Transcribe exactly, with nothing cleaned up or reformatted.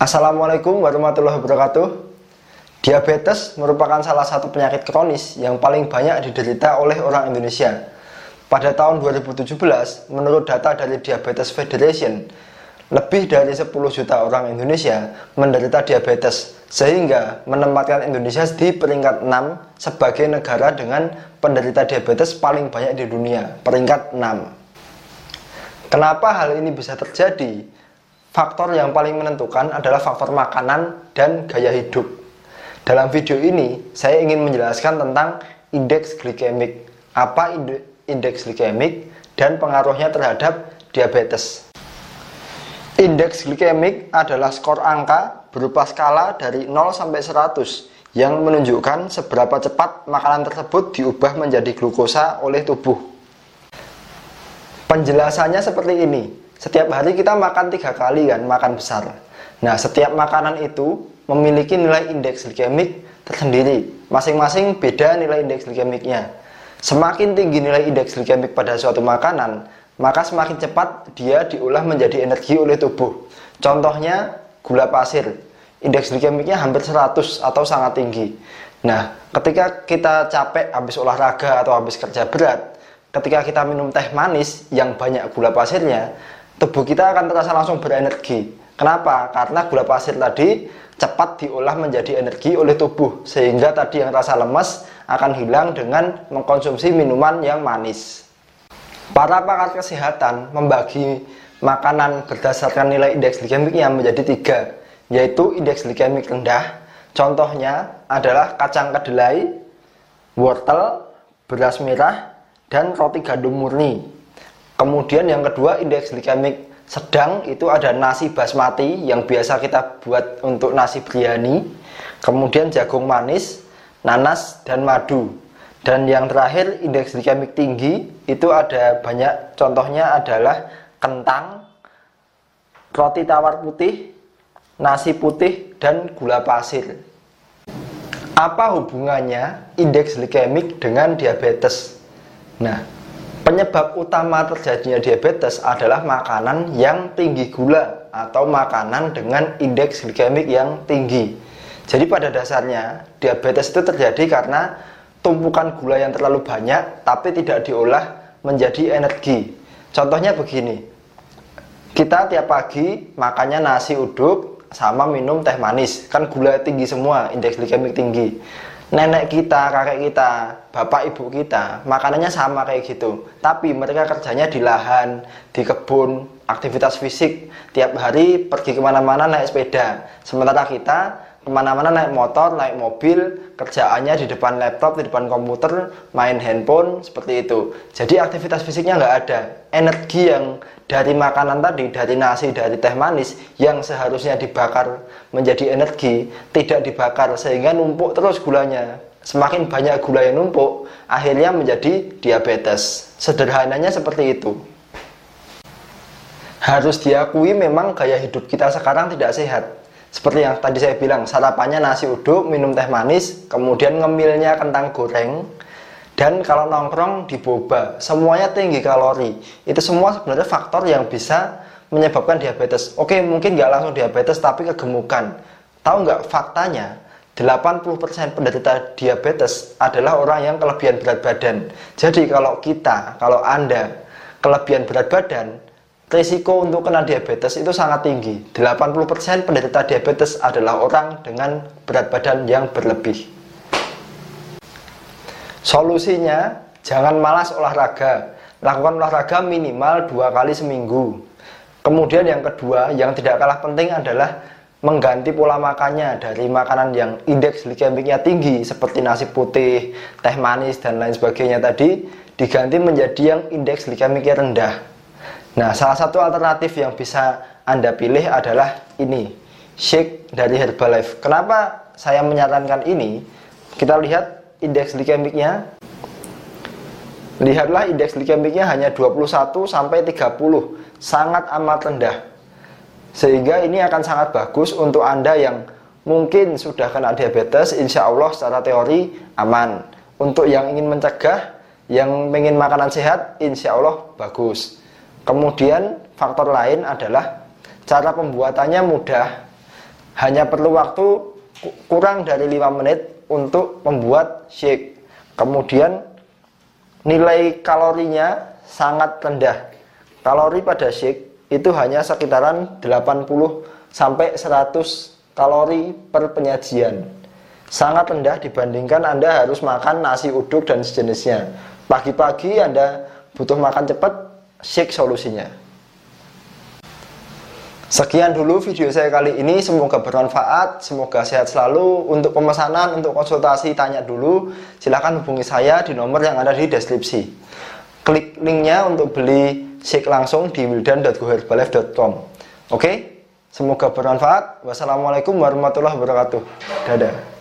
Assalamualaikum warahmatullahi wabarakatuh. Diabetes merupakan salah satu penyakit kronis yang paling banyak diderita oleh orang Indonesia. Pada tahun dua ribu tujuh belas, menurut data dari Diabetes Federation, lebih dari sepuluh juta orang Indonesia menderita diabetes, sehingga menempatkan Indonesia di peringkat enam sebagai negara dengan penderita diabetes paling banyak di dunia, peringkat enam. Kenapa hal ini bisa terjadi? Faktor yang paling menentukan adalah faktor makanan dan gaya hidup. Dalam video ini, saya ingin menjelaskan tentang indeks glikemik, apa indeks glikemik, dan pengaruhnya terhadap diabetes. Indeks glikemik adalah skor angka berupa skala dari nol sampai seratus yang menunjukkan seberapa cepat makanan tersebut diubah menjadi glukosa oleh tubuh. Penjelasannya seperti ini. Setiap hari kita makan tiga kali kan, makan besar. Nah, setiap makanan itu memiliki nilai indeks glikemik tersendiri. Masing-masing beda nilai indeks glikemiknya. Semakin tinggi nilai indeks glikemik pada suatu makanan, maka semakin cepat dia diolah menjadi energi oleh tubuh. Contohnya gula pasir. Indeks glikemiknya hampir seratus atau sangat tinggi. Nah, ketika kita capek habis olahraga atau habis kerja berat, ketika kita minum teh manis yang banyak gula pasirnya, tubuh kita akan terasa langsung berenergi. Kenapa? Karena gula pasir tadi cepat diolah menjadi energi oleh tubuh, sehingga tadi yang rasa lemas akan hilang dengan mengkonsumsi minuman yang manis. Para pakar kesehatan membagi makanan berdasarkan nilai indeks glikemiknya menjadi tiga, yaitu indeks glikemik rendah. Contohnya adalah kacang kedelai, wortel, beras merah, dan roti gandum murni. Kemudian yang kedua, indeks glikemik sedang, itu ada nasi basmati yang biasa kita buat untuk nasi biryani. Kemudian jagung manis, nanas, dan madu. Dan yang terakhir, indeks glikemik tinggi, itu ada banyak, contohnya adalah kentang, roti tawar putih, nasi putih, dan gula pasir. Apa hubungannya indeks glikemik dengan diabetes? Nah, penyebab utama terjadinya diabetes adalah makanan yang tinggi gula atau makanan dengan indeks glikemik yang tinggi. Jadi pada dasarnya diabetes itu terjadi karena tumpukan gula yang terlalu banyak tapi tidak diolah menjadi energi. Contohnya begini, kita tiap pagi makannya nasi uduk sama minum teh manis, kan gula tinggi semua, indeks glikemik tinggi. Nenek kita, kakek kita, bapak ibu kita, makanannya sama kayak gitu. Tapi mereka kerjanya di lahan, di kebun, aktivitas fisik. Tiap hari pergi kemana-mana naik sepeda. Sementara kita kemana-mana naik motor, naik mobil, kerjaannya di depan laptop, di depan komputer, main handphone, seperti itu. Jadi aktivitas fisiknya nggak ada. Energi yang dari makanan tadi, dari nasi, dari teh manis, yang seharusnya dibakar menjadi energi, tidak dibakar, sehingga numpuk terus gulanya. Semakin banyak gula yang numpuk, akhirnya menjadi diabetes. Sederhananya seperti itu. Harus diakui memang gaya hidup kita sekarang tidak sehat. Seperti yang tadi saya bilang, sarapannya nasi uduk, minum teh manis, kemudian ngemilnya kentang goreng, dan kalau nongkrong di boba, semuanya tinggi kalori. Itu semua sebenarnya faktor yang bisa menyebabkan diabetes. Oke, mungkin nggak langsung diabetes, tapi kegemukan. Tahu nggak faktanya? delapan puluh persen penderita diabetes adalah orang yang kelebihan berat badan. Jadi kalau kita, kalau Anda kelebihan berat badan, risiko untuk kena diabetes itu sangat tinggi. delapan puluh persen penderita diabetes adalah orang dengan berat badan yang berlebih. Solusinya, jangan malas olahraga. Lakukan olahraga minimal dua kali seminggu. Kemudian yang kedua, yang tidak kalah penting adalah mengganti pola makannya dari makanan yang indeks glikemiknya tinggi seperti nasi putih, teh manis, dan lain sebagainya tadi, diganti menjadi yang indeks glikemiknya rendah. Nah, salah satu alternatif yang bisa Anda pilih adalah ini, shake dari Herbalife. Kenapa saya menyarankan ini? Kita lihat indeks glikemiknya. Lihatlah indeks glikemiknya hanya dua puluh satu sampai tiga puluh, sangat amat rendah. Sehingga ini akan sangat bagus untuk Anda yang mungkin sudah kena diabetes, insya Allah secara teori aman. Untuk yang ingin mencegah, yang ingin makanan sehat, insya Allah bagus. Kemudian faktor lain adalah cara pembuatannya mudah. Hanya perlu waktu kurang dari lima menit untuk membuat shake. Kemudian nilai kalorinya sangat rendah. Kalori pada shake itu hanya sekitaran delapan puluh sampai seratus kalori per penyajian. Sangat rendah dibandingkan Anda harus makan nasi uduk dan sejenisnya. Pagi-pagi Anda butuh makan cepat, shake solusinya. Sekian dulu video saya kali ini, semoga bermanfaat, semoga sehat selalu. Untuk pemesanan, untuk konsultasi, tanya dulu, silahkan hubungi saya di nomor yang ada di deskripsi. Klik linknya untuk beli shake langsung di wildan dot go herbalife dot com. Oke, semoga bermanfaat. Wassalamualaikum warahmatullahi wabarakatuh. Dadah.